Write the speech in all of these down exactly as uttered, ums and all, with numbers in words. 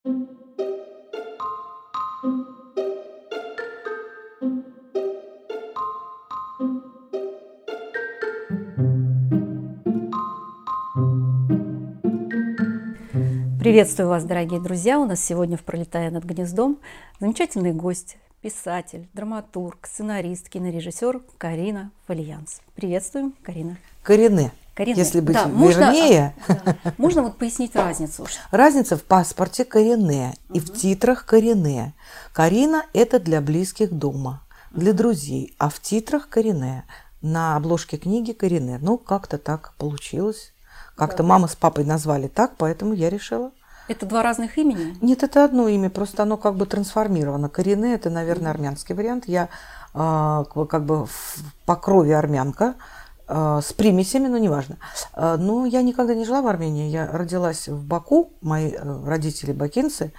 Приветствую вас, дорогие друзья! У нас сегодня в «Пролетая над гнездом» замечательный гость, писатель, драматург, сценарист, кинорежиссер Карина Фолиянс. Приветствуем, Карина. Карине, Карине. если быть да, вернее. Можно, да. можно вот пояснить разницу? Разница в паспорте Карине и угу. в титрах Карине. Карина – это для близких дома, для друзей, а в титрах Карине. На обложке книги Карине. Ну, как-то так получилось. Как-то да. мама с папой назвали так, поэтому я решила. Это два разных имени? Нет, это одно имя, просто оно как бы трансформировано. Карине – это, наверное, армянский вариант. Я э, как бы по крови армянка, э, с примесями, но неважно. Э, но я никогда не жила в Армении. Я родилась в Баку, мои родители бакинцы,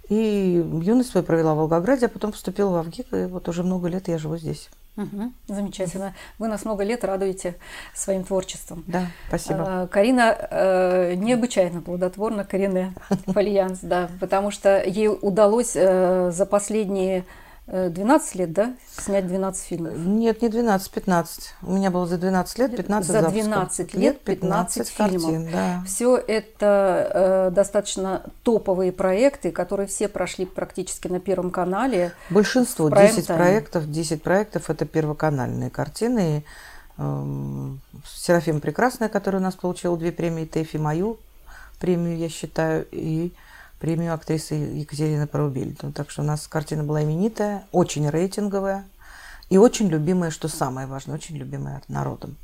и юность свою провела в Волгограде, а потом поступила в Авгик, и вот уже много лет я живу здесь. Угу, замечательно. Вы нас много лет радуете своим творчеством. Да, спасибо. Карина э, необычайно плодотворна, Карине Фолиянс, да, потому что ей удалось э, за последние двенадцать лет, да, снять двенадцать фильмов. Нет, не двенадцать, пятнадцать. У меня было за двенадцать лет пятнадцать За двенадцать лет пятнадцать фильмов. Картин, да. Все это э, достаточно топовые проекты, которые все прошли практически на Первом канале. Большинство, десять проектов, десять проектов это первоканальные картины. И, э, Серафима Прекрасная, которая у нас получила две премии, ТЭФИ, мою премию, я считаю, и премию актрисы Екатерины Порубель. Так что у нас картина была именитая, очень рейтинговая и очень любимая, что самое важное, очень любимая народом.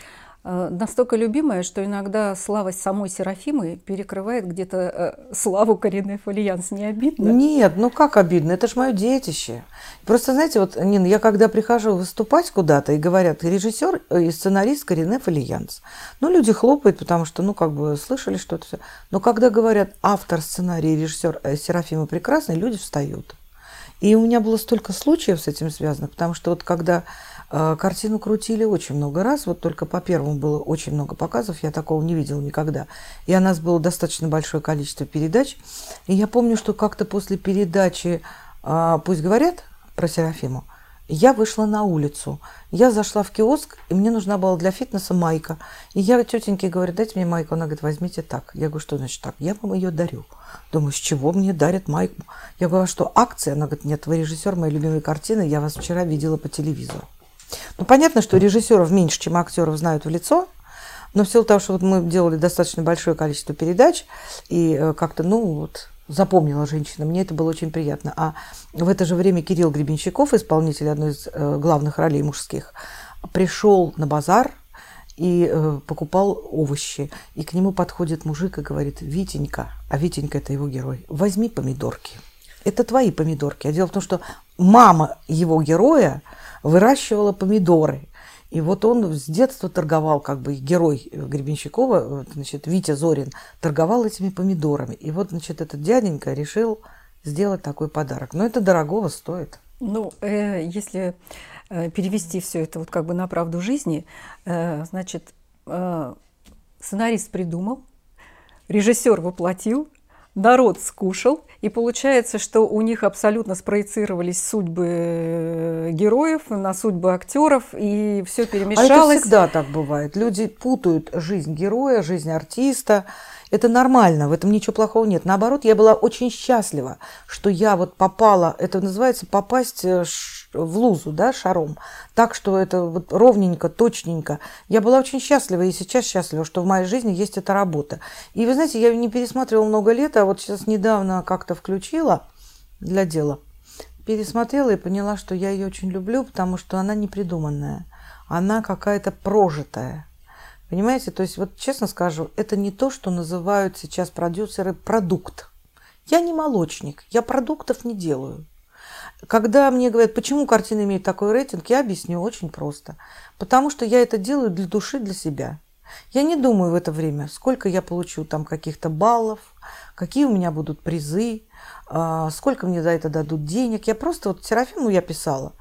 Настолько любимая, что иногда слава самой Серафимы перекрывает где-то э, славу Карины Фолиянс. Не обидно? Нет, ну как обидно? Это ж мое детище. Просто, знаете, вот, Нина, я когда прихожу выступать куда-то и говорят, режиссер и сценарист Карине Фолиянс, ну, люди хлопают, потому что, ну, как бы слышали что-то все. Но когда говорят автор сценария и режиссер Серафима Прекрасной, люди встают. И у меня было столько случаев с этим связанных, потому что вот когда э, картину крутили очень много раз, вот только по первому было очень много показов, я такого не видела никогда. И у нас было достаточно большое количество передач. И я помню, что как-то после передачи э, «Пусть говорят» про Серафиму, я вышла на улицу. Я зашла в киоск, и мне нужна была для фитнеса майка. И я тетеньке говорю, дайте мне майку. Она говорит, возьмите так. Я говорю, что значит так? Я вам ее дарю. Думаю, с чего мне дарят майку? Я говорю, а что, акция? Она говорит, нет, вы режиссер моей любимой картины, я вас вчера видела по телевизору. Ну, понятно, что режиссеров меньше, чем актеров знают в лицо, но в силу того, что вот мы делали достаточно большое количество передач, и как-то, ну, вот, запомнила женщина, мне это было очень приятно. А в это же время Кирилл Гребенщиков, исполнитель одной из главных ролей мужских, пришел на базар и э, покупал овощи. И к нему подходит мужик и говорит, Витенька, а Витенька это его герой, возьми помидорки. Это твои помидорки. А дело в том, что мама его героя выращивала помидоры. И вот он с детства торговал, как бы герой Гребенщикова, значит, Витя Зорин, торговал этими помидорами. И вот, значит, этот дяденька решил сделать такой подарок. Но это дорогого стоит. Ну, э, если э, перевести все это вот как бы на правду жизни, э, значит, э, сценарист придумал, режиссер воплотил, народ скушал, и получается, что у них абсолютно спроецировались судьбы героев на судьбы актеров, и все перемешалось. А это всегда так бывает. Люди путают жизнь героя, жизнь артиста. Это нормально, в этом ничего плохого нет. Наоборот, я была очень счастлива, что я вот попала, это называется попасть в лузу, да, шаром. Так что это вот ровненько, точненько. Я была очень счастлива и сейчас счастлива, что в моей жизни есть эта работа. И вы знаете, я ее не пересматривала много лет, а вот сейчас недавно как-то включила для дела. Пересмотрела и поняла, что я ее очень люблю, потому что она не придуманная. Она какая-то прожитая. Понимаете, то есть, вот честно скажу, это не то, что называют сейчас продюсеры продукт. Я не молочник, я продуктов не делаю. Когда мне говорят, почему картина имеет такой рейтинг, я объясню очень просто. Потому что я это делаю для души, для себя. Я не думаю в это время, сколько я получу там каких-то баллов, какие у меня будут призы, сколько мне за это дадут денег. Я просто, вот Серафиму я писала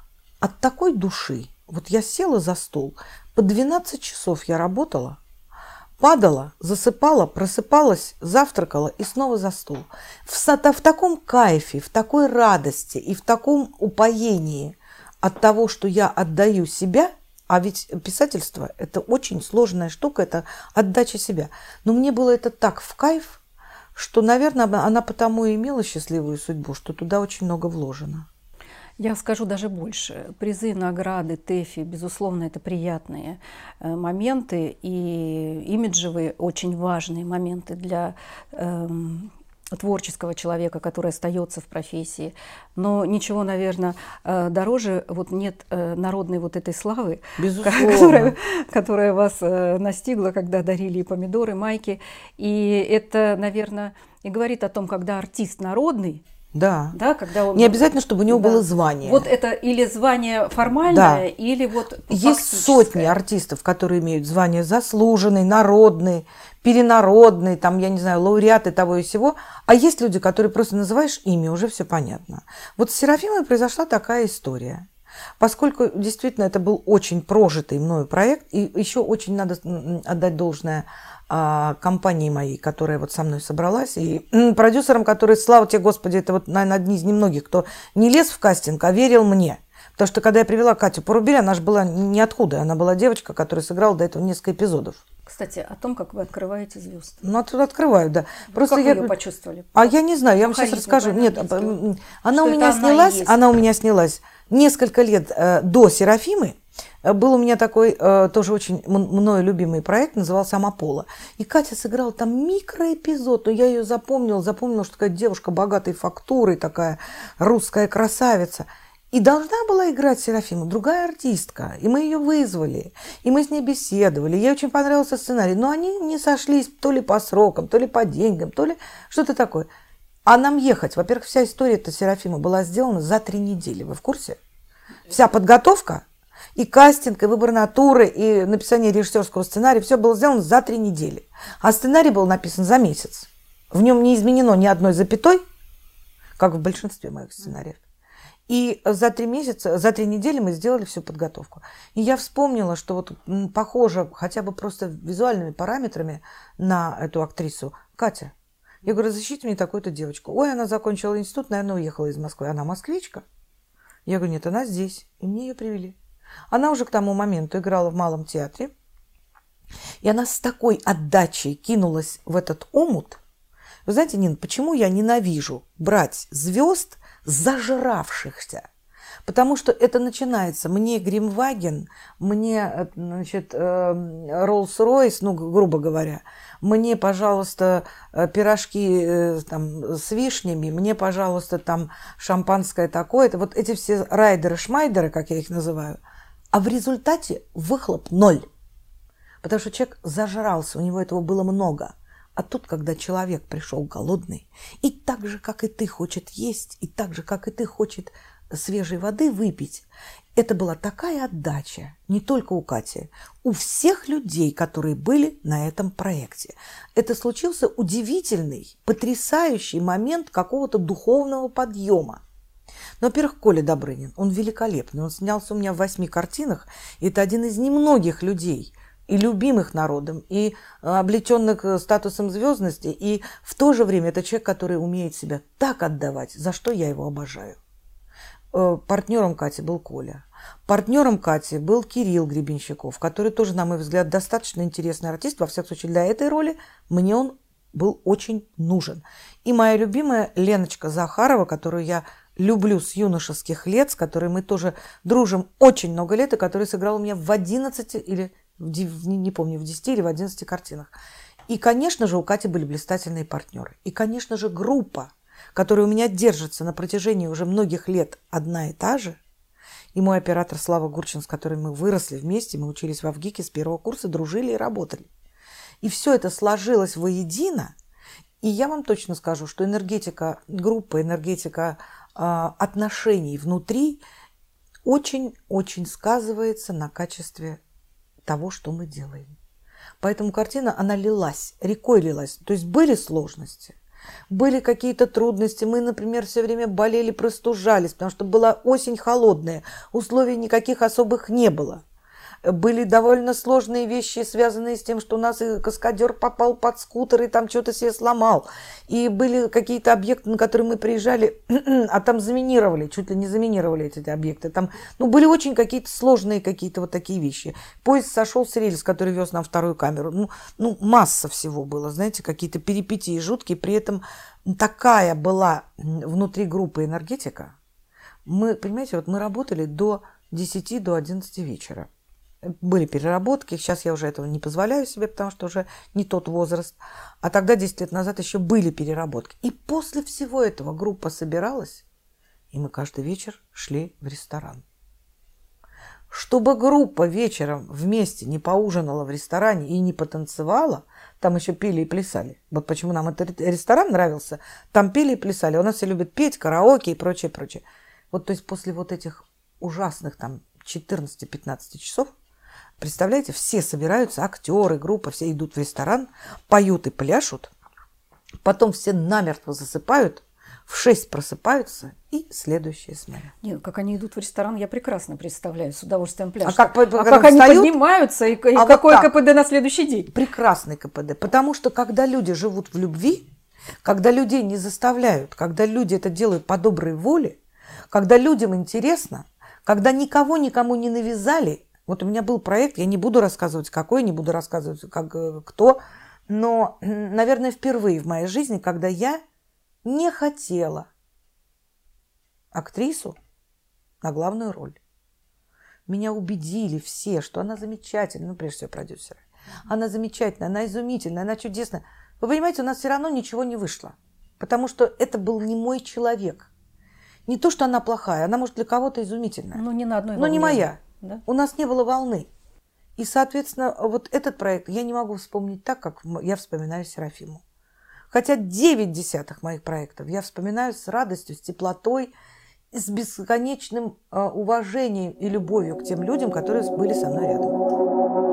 от такой души. Вот я села за стол, по двенадцать часов я работала, падала, засыпала, просыпалась, завтракала и снова за стол. В, в таком кайфе, в такой радости и в таком упоении от того, что я отдаю себя, а ведь писательство – это очень сложная штука, это отдача себя. Но мне было это так в кайф, что, наверное, она потому и имела счастливую судьбу, что туда очень много вложено. Я скажу даже больше. Призы, награды, ТЭФИ, безусловно, это приятные моменты и имиджевые, очень важные моменты для эм, творческого человека, который остается в профессии. Но ничего, наверное, дороже вот нет народной вот этой славы, которая, которая вас настигла, когда дарили и помидоры, майки. И это, наверное, и говорит о том, когда артист народный, да. Да, когда он... Не обязательно, чтобы у него да. было звание. Вот это или звание формальное, да. или вот есть сотни артистов, которые имеют звание заслуженный, народный, перенародный, там, я не знаю, лауреаты того и сего. А есть люди, которые просто называешь имя, уже все понятно. Вот с Серафимой произошла такая история. Поскольку действительно это был очень прожитый мною проект, и еще очень надо отдать должное компании моей, которая вот со мной собралась, и продюсерам, которые, слава тебе, Господи, это вот, наверное, одни из немногих, кто не лез в кастинг, а верил мне. Потому что, когда я привела Катю Порубель, она же была ниоткуда, она была девочка, которая сыграла до этого несколько эпизодов. Кстати, о том, как вы открываете звезд. Ну, оттуда открываю, да. Просто как я... вы ее почувствовали? А я не знаю, я вам сейчас расскажу. Нет, она у меня снялась, она у меня снялась несколько лет э, до Серафимы. Был у меня такой э, тоже очень мною любимый проект, назывался «Амапола». И Катя сыграла там микроэпизод, но я ее запомнила, запомнила, что такая девушка богатой фактурой, такая русская красавица. И должна была играть Серафиму другая артистка. И мы ее вызвали, и мы с ней беседовали. Ей очень понравился сценарий, но они не сошлись то ли по срокам, то ли по деньгам, то ли что-то такое. А нам ехать, во-первых, вся история-то Серафима была сделана за три недели, вы в курсе? Вся подготовка, и кастинг, и выбор натуры, и написание режиссерского сценария, все было сделано за три недели. А сценарий был написан за месяц. В нем не изменено ни одной запятой, как в большинстве моих сценариев. И за три месяца, за три недели мы сделали всю подготовку. И я вспомнила, что вот похоже хотя бы просто визуальными параметрами на эту актрису Катя. Я говорю, защитите мне такую-то девочку. Ой, она закончила институт, наверное, уехала из Москвы. Она москвичка? Я говорю, нет, она здесь. И мне ее привели. Она уже к тому моменту играла в Малом театре. И она с такой отдачей кинулась в этот омут. Вы знаете, Нина, почему я ненавижу брать звезд, зажравшихся? Потому что это начинается. Мне Гримваген, мне, значит, Роллс-Ройс, ну, грубо говоря, мне, пожалуйста, пирожки там, с вишнями, мне, пожалуйста, там шампанское такое-то. Вот эти все райдеры-шмайдеры, как я их называю. А в результате выхлоп ноль. Потому что человек зажрался, у него этого было много. А тут, когда человек пришел голодный, и так же, как и ты, хочет есть, и так же, как и ты, хочет свежей воды выпить, это была такая отдача, не только у Кати, у всех людей, которые были на этом проекте. Это случился удивительный, потрясающий момент какого-то духовного подъема. Ну, во-первых, Коля Добрынин, он великолепный, он снялся у меня в восьми картинах, и это один из немногих людей, и любимых народом, и облеченных статусом звездности, и в то же время это человек, который умеет себя так отдавать, за что я его обожаю. Партнером Кати был Коля. Партнером Кати был Кирилл Гребенщиков, который тоже, на мой взгляд, достаточно интересный артист. Во всяком случае, для этой роли мне он был очень нужен. И моя любимая Леночка Захарова, которую я люблю с юношеских лет, с которой мы тоже дружим очень много лет, и которая сыграла у меня в одиннадцати или, в, не помню, в десяти или в одиннадцати картинах. И, конечно же, у Кати были блистательные партнеры. И, конечно же, группа, которая у меня держится на протяжении уже многих лет одна и та же. И мой оператор Слава Гурчин, с которым мы выросли вместе, мы учились в ВГИКе с первого курса, дружили и работали. И все это сложилось воедино. И я вам точно скажу, что энергетика группы, энергетика э, отношений внутри очень-очень сказывается на качестве того, что мы делаем. Поэтому картина, она лилась, рекой лилась. То есть были сложности. Были какие-то трудности. Мы, например, все время болели, простужались, потому что была осень холодная, условий никаких особых не было. Были довольно сложные вещи, связанные с тем, что у нас и каскадер попал под скутер и там что-то себе сломал. И были какие-то объекты, на которые мы приезжали, а там заминировали, чуть ли не заминировали эти объекты. Там, ну, были очень какие-то сложные какие-то вот такие вещи. Поезд сошел с рельс, который вез нам вторую камеру. Ну, ну масса всего было, знаете, какие-то перипетии жуткие. При этом такая была внутри группы энергетика. Мы, понимаете, вот мы работали до десяти, до одиннадцати вечера. Были переработки, сейчас я уже этого не позволяю себе, потому что уже не тот возраст. А тогда, десять лет назад, еще были переработки. И после всего этого группа собиралась, и мы каждый вечер шли в ресторан. Чтобы группа вечером вместе не поужинала в ресторане и не потанцевала, там еще пели и плясали. Вот почему нам этот ресторан нравился. Там пели и плясали. У нас все любят петь, караоке и прочее, прочее. Вот, то есть после вот этих ужасных там четырнадцати-пятнадцати часов, представляете, все собираются, актеры, группа, все идут в ресторан, поют и пляшут, потом все намертво засыпают, в шесть просыпаются и следующая смена. Нет, как они идут в ресторан, я прекрасно представляю, с удовольствием пляшут. А как, а как они встают? Поднимаются и, и а какой вот КПД на следующий день? Прекрасный КПД, потому что когда люди живут в любви, когда людей не заставляют, когда люди это делают по доброй воле, когда людям интересно, когда никого никому не навязали. Вот у меня был проект, я не буду рассказывать какой, не буду рассказывать как, кто, но, наверное, впервые в моей жизни, когда я не хотела актрису на главную роль. Меня убедили все, что она замечательная, ну, прежде всего, продюсеры. Она замечательная, она изумительная, она чудесная. Вы понимаете, у нас все равно ничего не вышло, потому что это был не мой человек. Не то, что она плохая, она, может, для кого-то изумительная. Ну, не на одной волне. Но не моя. Да? У нас не было волны. И, соответственно, вот этот проект я не могу вспомнить так, как я вспоминаю Серафиму. Хотя девять десятых моих проектов я вспоминаю с радостью, с теплотой, с бесконечным э, уважением и любовью к тем людям, которые были со мной рядом.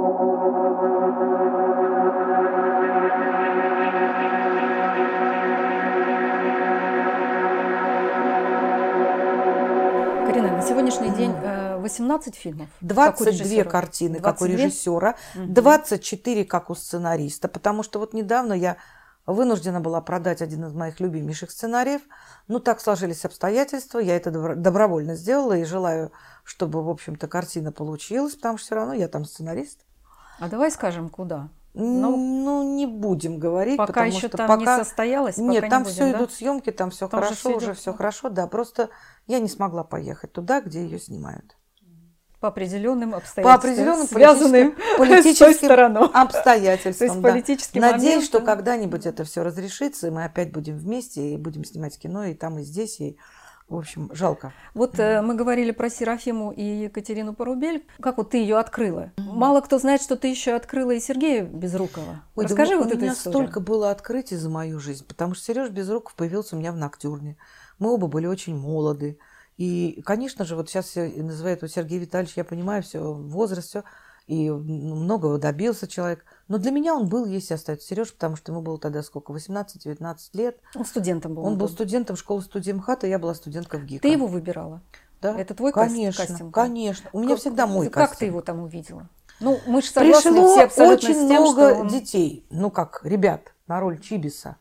На сегодняшний день восемнадцать фильмов. двадцать две картины, как у режиссера, двадцать четыре как у сценариста, потому что вот недавно я вынуждена была продать один из моих любимейших сценариев. Ну, так сложились обстоятельства, я это добровольно сделала и желаю, чтобы, в общем-то, картина получилась, потому что все равно я там сценарист. А давай скажем, куда? Ну, ну, не будем говорить, пока потому еще что там пока... не состоялось. Нет, пока там не будем, все да? идут съемки, там все там хорошо, все уже идет, все да? хорошо, да. Просто я не смогла поехать туда, где ее снимают. По определенным обстоятельствам. По определенным связанным политическим стороной. обстоятельствам. То есть да. политическим Надеюсь, моментом. что когда-нибудь это все разрешится, и мы опять будем вместе, и будем снимать кино, и там, и здесь, и, в общем, жалко. Вот э, мы говорили про Серафиму и Екатерину Порубель. Как вот ты ее открыла? Mm-hmm. Мало кто знает, что ты еще открыла и Сергея Безрукова. Ой, Расскажи да вот у эту меня историю. Столько было открытий за мою жизнь, потому что Сереж Безруков появился у меня в «Ноктюрне». Мы оба были очень молоды. И, конечно же, вот сейчас все называют его Сергей Витальевич, я понимаю, все, возраст, все, и многого добился человек. Но для меня он был, есть и остается Сереж, потому что ему было тогда сколько, восемнадцать-девятнадцать лет. Он студентом был. Он был был. студентом школы студемхата, я была студенткой в ГИКа. Ты его выбирала? Да. Это твой конечно, кастинг? Конечно, у меня как, всегда мой как кастинг. ты его там увидела? Ну, мы же согласны Пришло все абсолютно очень с тем, много что он... детей, ну как, ребят, на роль Чибиса.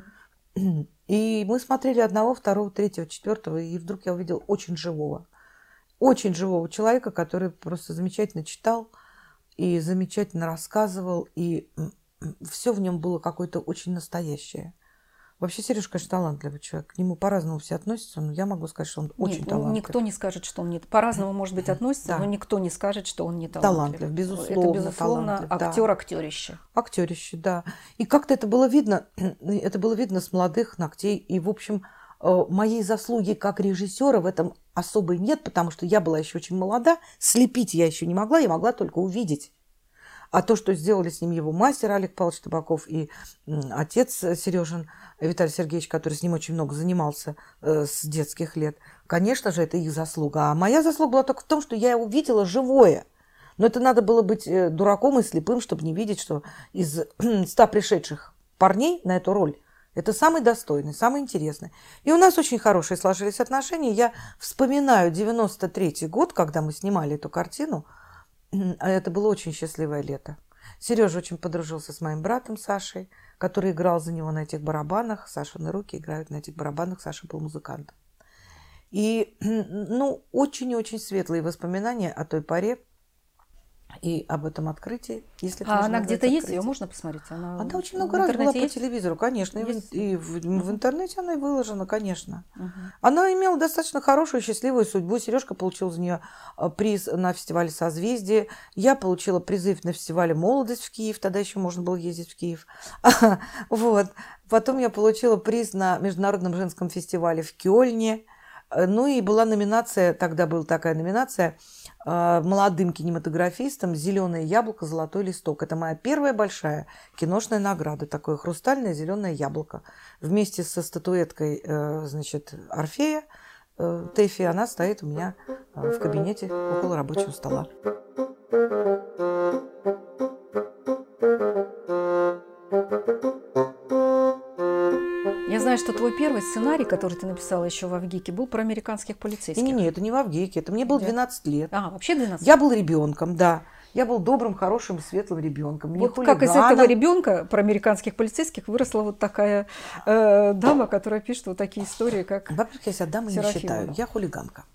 Угу. И мы смотрели одного, второго, третьего, четвертого, и вдруг я увидела очень живого, очень живого человека, который просто замечательно читал и замечательно рассказывал, и все в нем было какое-то очень настоящее. Вообще Сережа, конечно, талантливый человек. К нему по-разному все относятся, но я могу сказать, что он очень Нет, талантлив. Никто не скажет, что он не... По-разному, может быть, относится, да. но никто не скажет, что он не талантлив. Талантлив, безусловно. Это, безусловно, актер-актерище. Да. Актерище, да. И как-то это было видно, это было видно с молодых ногтей. И, в общем, моей заслуги как режиссера в этом особой нет, потому что я была еще очень молода. Слепить я еще не могла, я могла только увидеть. А то, что сделали с ним его мастер Олег Павлович Табаков и отец Сережин Виталий Сергеевич, который с ним очень много занимался э, с детских лет, конечно же, это их заслуга. А моя заслуга была только в том, что я увидела живое. Но это надо было быть дураком и слепым, чтобы не видеть, что из ста пришедших парней на эту роль это самый достойный, самый интересный. И у нас очень хорошие сложились отношения. Я вспоминаю девяносто третий год, когда мы снимали эту картину. это было очень счастливое лето. Сережа очень подружился с моим братом Сашей, который играл за него на этих барабанах. Сашины руки играют на этих барабанах. Саша был музыкантом. И, ну, очень-очень светлые воспоминания о той поре и об этом открытии. Если а она где-то есть? Ее можно посмотреть? Она, она очень много раз была по телевизору, конечно. Есть? И, в, и в, uh-huh. в интернете она и выложена, конечно. Uh-huh. Она имела достаточно хорошую, счастливую судьбу. Сережка получил за нее приз на фестивале «Созвездие». Я получила призыв на фестивале «Молодость» в Киев. Тогда еще можно было ездить в Киев. Вот. Потом я получила приз на Международном женском фестивале в Кёльне. Ну и была номинация, тогда была такая номинация молодым кинематографистам «Зеленое яблоко, золотой листок». Это моя первая большая киношная награда. Такое хрустальное зеленое яблоко. Вместе со статуэткой, значит, Орфея Тэфи, она стоит у меня в кабинете около рабочего стола. Я знаю, что твой первый сценарий, который ты написала еще в Авгике, был про американских полицейских. Не-не-не, это не в Авгике, это мне было двенадцать лет. А, вообще двенадцать? Я был ребенком, да. Я был добрым, хорошим, светлым ребенком. Вот как из этого ребенка про американских полицейских выросла вот такая э, дама, которая пишет вот такие истории, как Во-первых, я себя дамой не считаю. Я хулиганка.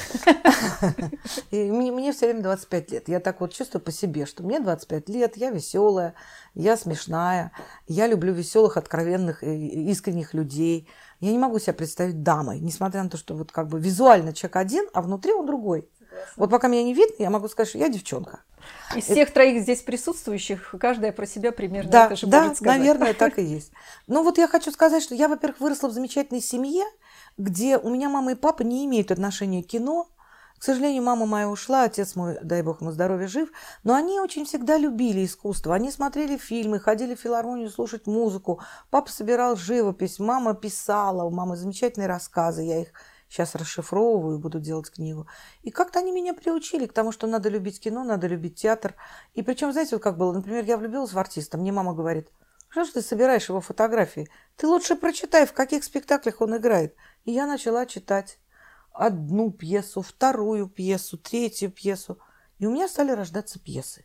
И мне, мне все время двадцать пять лет. Я так вот чувствую по себе, что мне двадцать пять лет, я веселая, я смешная, я люблю веселых, откровенных, искренних людей. Я не могу себя представить дамой, несмотря на то, что вот как бы визуально человек один, а внутри он другой. Вот пока меня не видно, я могу сказать, что я девчонка. Из всех Это... троих здесь присутствующих, каждая про себя примерно да, это же да, будет сказать. Наверное, так и есть. Ну вот я хочу сказать, что я, во-первых, выросла в замечательной семье, где у меня мама и папа не имеют отношения к кино. К сожалению, мама моя ушла, отец мой, дай бог ему здоровья, жив. Но они очень всегда любили искусство. Они смотрели фильмы, ходили в филармонию слушать музыку. Папа собирал живопись, мама писала, у мамы замечательные рассказы, я их сейчас расшифровываю, буду делать книгу. И как-то они меня приучили к тому, что надо любить кино, надо любить театр. И причем, знаете, вот как было, например, я влюбилась в артиста, мне мама говорит: что ж ты собираешь его фотографии? Ты лучше прочитай, в каких спектаклях он играет. И я начала читать одну пьесу, вторую пьесу, третью пьесу. И у меня стали рождаться пьесы.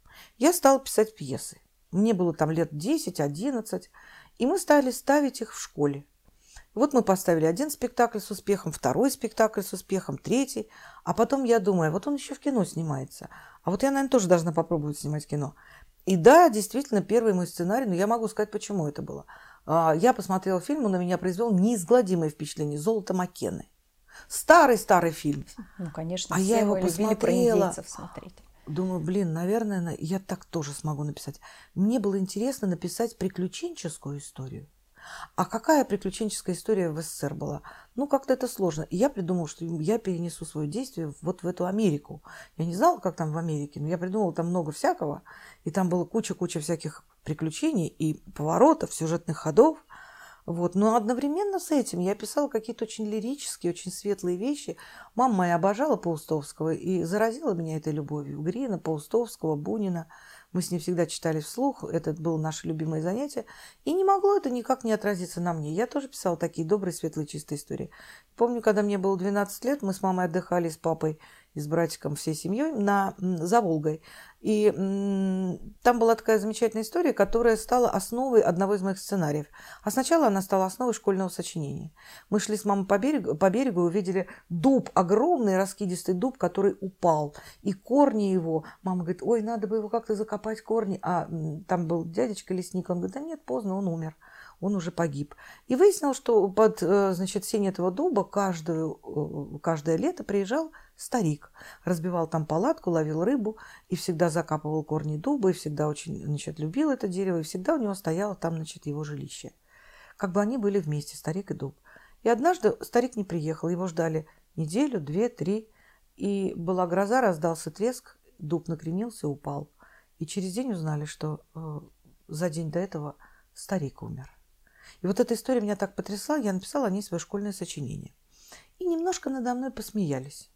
Я стала писать пьесы. Мне было там лет десять-одиннадцать. И мы стали ставить их в школе. Вот мы поставили один спектакль с успехом, второй спектакль с успехом, третий. А потом я думаю, вот он еще в кино снимается. А вот я, наверное, тоже должна попробовать снимать кино. И да, действительно, первый мой сценарий, но я могу сказать, почему это было. Я посмотрела фильм, он на меня произвел неизгладимое впечатление. «Золото Маккены». Старый-старый фильм. Ну, конечно, а все я его любили посмотрела. про индейцев смотреть. Думаю, блин, наверное, я так тоже смогу написать. Мне было интересно написать приключенческую историю. А какая приключенческая история в СССР была? Ну, как-то это сложно. И я придумала, что я перенесу свое действие вот в эту Америку. Я не знала, как там в Америке, но я придумала там много всякого. И там было куча-куча всяких приключений и поворотов, сюжетных ходов. Вот. Но одновременно с этим я писала какие-то очень лирические, очень светлые вещи. Мама моя обожала Паустовского и заразила меня этой любовью. Грина, Паустовского, Бунина. Мы с ней всегда читали вслух. Это было наше любимое занятие. И не могло это никак не отразиться на мне. Я тоже писала такие добрые, светлые, чистые истории. Помню, когда мне было двенадцать лет, мы с мамой отдыхали с папой и с братиком, всей семьей на, за Волгой. И м, там была такая замечательная история, которая стала основой одного из моих сценариев. А сначала она стала основой школьного сочинения. Мы шли с мамой по берегу, по берегу и увидели дуб, огромный раскидистый дуб, который упал. И корни его, мама говорит, ой, надо бы его как-то закопать, корни. А м, там был дядечка-лесник, он говорит, да нет, поздно, он умер. Он уже погиб. И выяснилось, что под, значит, сень этого дуба каждую, каждое лето приезжал старик. Разбивал там палатку, ловил рыбу и всегда закапывал корни дуба, и всегда очень, значит, любил это дерево, и всегда у него стояло там, значит, его жилище. Как бы они были вместе, старик и дуб. И однажды старик не приехал, его ждали неделю, две, три, и была гроза, раздался треск, дуб накренился и упал. И через день узнали, что э, за день до этого старик умер. И вот эта история меня так потрясла, я написала о ней свое школьное сочинение. И немножко надо мной посмеялись.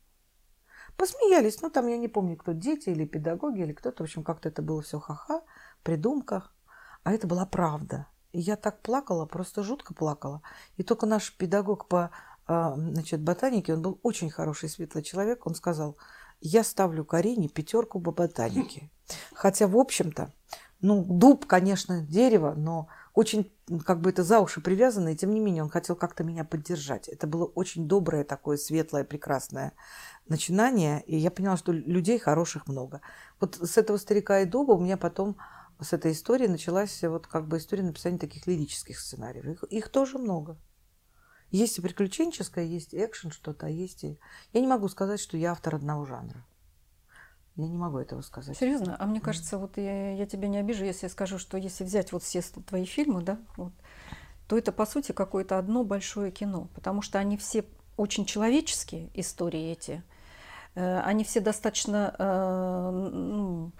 Посмеялись, ну там я не помню, кто, дети или педагоги, или кто-то, в общем, как-то это было все ха-ха, придумка. А это была правда. И я так плакала, просто жутко плакала. И только наш педагог по, значит, ботанике, он был очень хороший, светлый человек, он сказал, я ставлю Карине пятерку по ботанике. Хотя, в общем-то, ну, дуб, конечно, дерево, но очень, как бы это за уши привязано, и тем не менее он хотел как-то меня поддержать. Это было очень доброе такое, светлое, прекрасное начинание, и я поняла, что людей хороших много. Вот с этого старика и дуба у меня потом, с этой истории началась вот как бы история написания таких лирических сценариев. Их, их тоже много. Есть и приключенческое, есть и экшен что-то, а есть и... Я не могу сказать, что я автор одного жанра. Я не могу этого сказать. Серьезно? А мне кажется, вот я, я тебя не обижу, если я скажу, что если взять вот все твои фильмы, да, вот, то это, по сути, какое-то одно большое кино. Потому что они все очень человеческие, истории эти. Э, они все достаточно... Э, ну,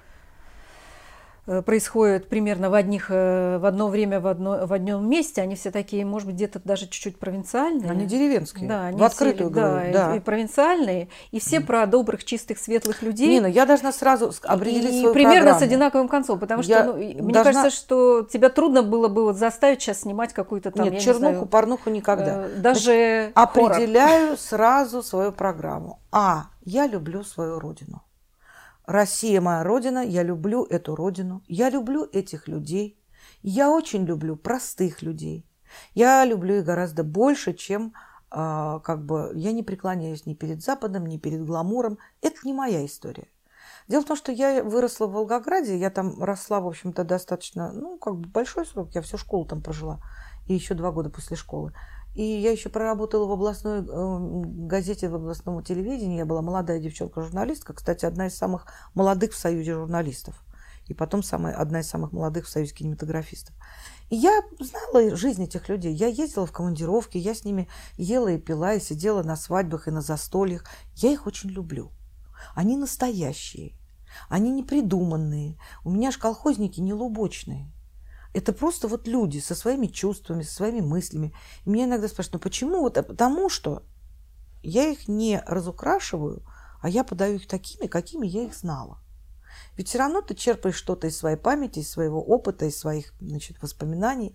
происходят примерно в, одних, в одно время, в, одно, в одном месте. Они все такие, может быть, где-то даже чуть-чуть провинциальные. Они деревенские, да, они в открытую все, говорю. Да, да. И, и провинциальные, и все mm. про добрых, чистых, светлых людей. Нина, я должна сразу определить и, свою и примерно программу. с одинаковым концом, потому что я ну, мне должна... кажется, что тебя трудно было бы вот заставить сейчас снимать какую-то там, Нет, я чернуху, не знаю, порнуху никогда. Э, даже Значит, определяю сразу свою программу. А, я люблю свою родину. Россия моя родина, я люблю эту родину, я люблю этих людей, я очень люблю простых людей, я люблю их гораздо больше, чем э, как бы я не преклоняюсь ни перед Западом, ни перед гламуром, это не моя история. Дело в том, что я выросла в Волгограде, я там росла, в общем-то, достаточно, ну, как бы большой срок, я всю школу там прожила, и еще два года после школы. И я еще проработала в областной э, газете, в областном телевидении. Я была молодая девчонка-журналистка. Кстати, одна из самых молодых в Союзе журналистов. И потом самая, одна из самых молодых в Союзе кинематографистов. И я знала жизнь этих людей. Я ездила в командировки, я с ними ела и пила, и сидела на свадьбах и на застольях. Я их очень люблю. Они настоящие. Они не придуманные. У меня же колхозники не лубочные. Это просто вот люди со своими чувствами, со своими мыслями. И меня иногда спрашивают, ну почему? Вот, потому что я их не разукрашиваю, а я подаю их такими, какими я их знала. Ведь все равно ты черпаешь что-то из своей памяти, из своего опыта, из своих, значит, воспоминаний.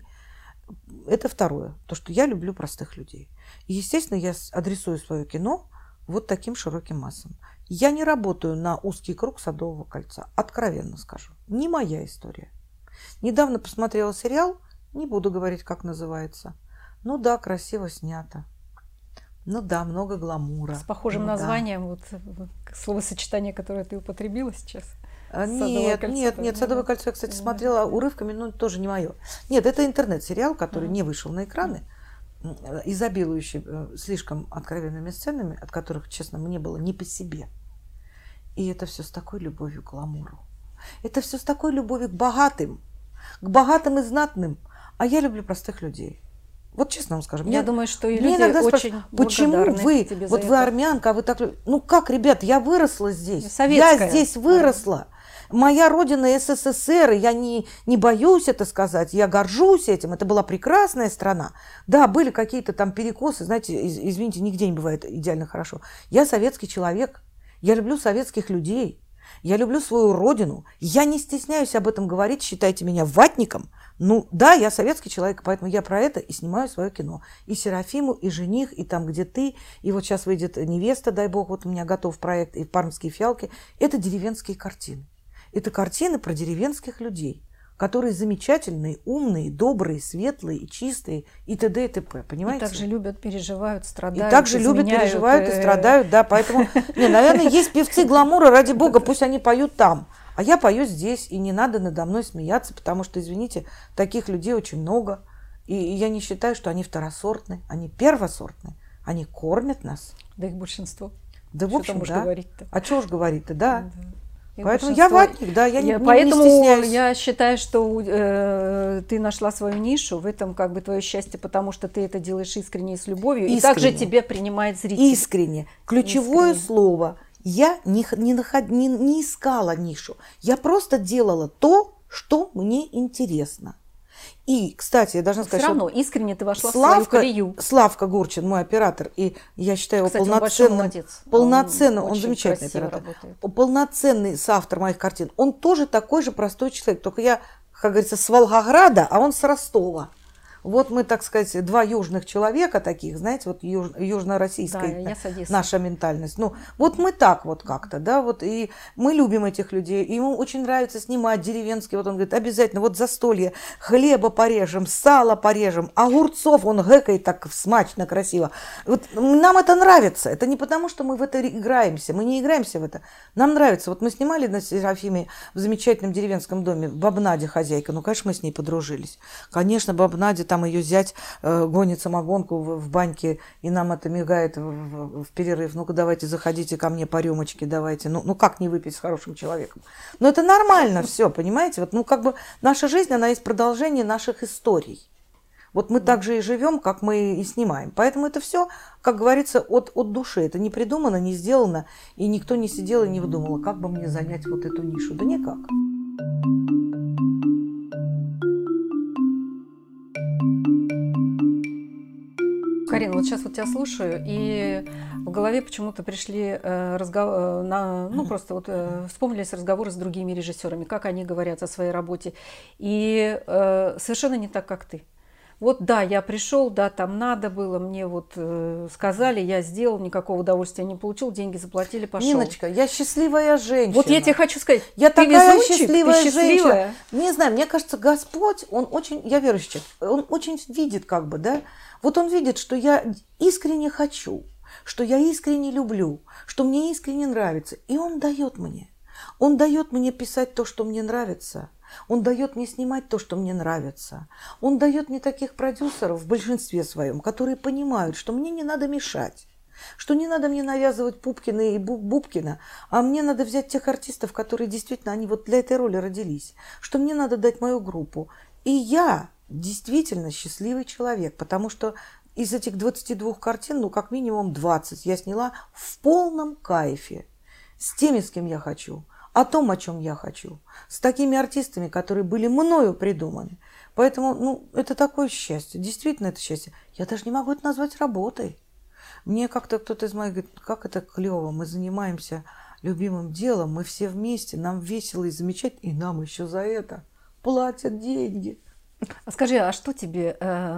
Это второе. То, что я люблю простых людей. И, естественно, я адресую свое кино вот таким широким массам. Я не работаю на узкий круг Садового кольца. Откровенно скажу. Не моя история. Недавно посмотрела сериал, не буду говорить, как называется. Ну да, красиво снято. Ну да, много гламура. С похожим ну, названием, да. вот словосочетание, которое ты употребила сейчас. А, нет, кольцо, нет, нет, Садовое кольцо я, кстати, смотрела урывками, но тоже не мое. Нет, это интернет-сериал, который mm-hmm. не вышел на экраны, изобилующий слишком откровенными сценами, от которых, честно, мне было не по себе. И это все с такой любовью к гламуру. Это все с такой любовью к богатым, к богатым и знатным. А я люблю простых людей. Вот честно вам скажу. Я мне, думаю, что и мне люди иногда очень почему вы, тебе вот за вы это. армянка, а вы так... Ну как, ребят, я выросла здесь. Советская. Я здесь выросла. Моя родина СССР, я не, не боюсь это сказать, я горжусь этим. Это была прекрасная страна. Да, были какие-то там перекосы, знаете, из, извините, нигде не бывает идеально хорошо. Я советский человек, я люблю советских людей. Я люблю свою родину. Я не стесняюсь об этом говорить, считайте меня ватником. Ну да, я советский человек, поэтому я про это и снимаю свое кино. И Серафиму, и жених, и там, где ты. И вот сейчас выйдет невеста, дай бог, вот у меня готов проект, и пармские фиалки. Это деревенские картины. Это картины про деревенских людей, которые замечательные, умные, добрые, светлые, и чистые, и т.д. и т.п. Понимаете? И также любят, переживают, страдают, И также любят, переживают и страдают, да. Поэтому, не, наверное, есть певцы гламура, ради бога, пусть они поют там. А я пою здесь, и не надо надо мной смеяться, потому что, извините, таких людей очень много. И я не считаю, что они второсортные, они первосортные. Они кормят нас. Да их большинство. Да, в что общем, да. Говорить-то? А чего ж говорить-то, да. да. И поэтому я ватник, да, я, я не, поэтому не стесняюсь. Я считаю, что э, ты нашла свою нишу, в этом как бы твое счастье, потому что ты это делаешь искренне и с любовью, искренне. И также тебя принимает зритель. Искренне. Ключевое искренне. Слово. Я не, не, наход, не, не искала нишу. Я просто делала то, что мне интересно. И, кстати, я должна сказать, все равно искренне ты вошла Славка, в свою колею. Славка Гурчин, мой оператор, и я считаю его кстати, полноценным, он полноценным, он, он замечательный оператор, работает. полноценный соавтор моих картин. Он тоже такой же простой человек, только я, как говорится, с Волгограда, а он с Ростова. Вот мы, так сказать, два южных человека таких, знаете, вот юж, южно-российская да, я с Одессы. Наша ментальность. Ну, вот мы так вот как-то, да, вот, и мы любим этих людей, и ему очень нравится снимать деревенские, вот он говорит, обязательно, вот застолье, хлеба порежем, сало порежем, огурцов, он гэкает так смачно, красиво. Вот нам это нравится, это не потому, что мы в это играемся, мы не играемся в это, нам нравится. Вот мы снимали на Серафиме в замечательном деревенском доме, Бабнаде хозяйка, ну, конечно, мы с ней подружились. Конечно, Бабнаде, там ее зять э, гонит самогонку в, в баньке, и нам это мигает в, в, в перерыв. Ну-ка, давайте, заходите ко мне по рюмочке, давайте. Ну, ну, как не выпить с хорошим человеком? Ну, это нормально все, понимаете? Вот, ну, как бы наша жизнь, она есть продолжение наших историй. Вот мы так же и живем, как мы и снимаем. Поэтому это все, как говорится, от, от души. Это не придумано, не сделано, и никто не сидел и не выдумал, как бы мне занять вот эту нишу. Да никак. Карина, вот сейчас вот тебя слушаю, и в голове почему-то пришли э, разговор, на, ну просто вот э, вспомнились разговоры с другими режиссерами, как они говорят о своей работе, и э, совершенно не так, как ты. Вот да, я пришел, да, там надо было, мне вот э, сказали, я сделал, никакого удовольствия не получил, деньги заплатили, пошел. Ниночка, я счастливая женщина. Вот я тебе хочу сказать, я ты такая везунчик, счастливая, ты счастливая. женщина. Не знаю, мне кажется, Господь, он очень, я верующий человек, он очень видит как бы, да, вот он видит, что я искренне хочу, что я искренне люблю, что мне искренне нравится, и он дает мне. Он дает мне писать то, что мне нравится. Он дает мне снимать то, что мне нравится. Он дает мне таких продюсеров в большинстве своем, которые понимают, что мне не надо мешать, что не надо мне навязывать Пупкина и Бубкина, а мне надо взять тех артистов, которые действительно, они вот для этой роли родились, что мне надо дать мою группу. И я действительно счастливый человек, потому что из этих двадцати двух картин, ну, как минимум двадцать я сняла в полном кайфе, с теми, с кем я хочу, о том, о чем я хочу, с такими артистами, которые были мною придуманы. Поэтому, ну, это такое счастье, действительно это счастье. Я даже не могу это назвать работой. Мне как-то кто-то из моих говорит, как это клево, мы занимаемся любимым делом, мы все вместе, нам весело и замечательно, и нам еще за это платят деньги. А скажи, а что тебе э,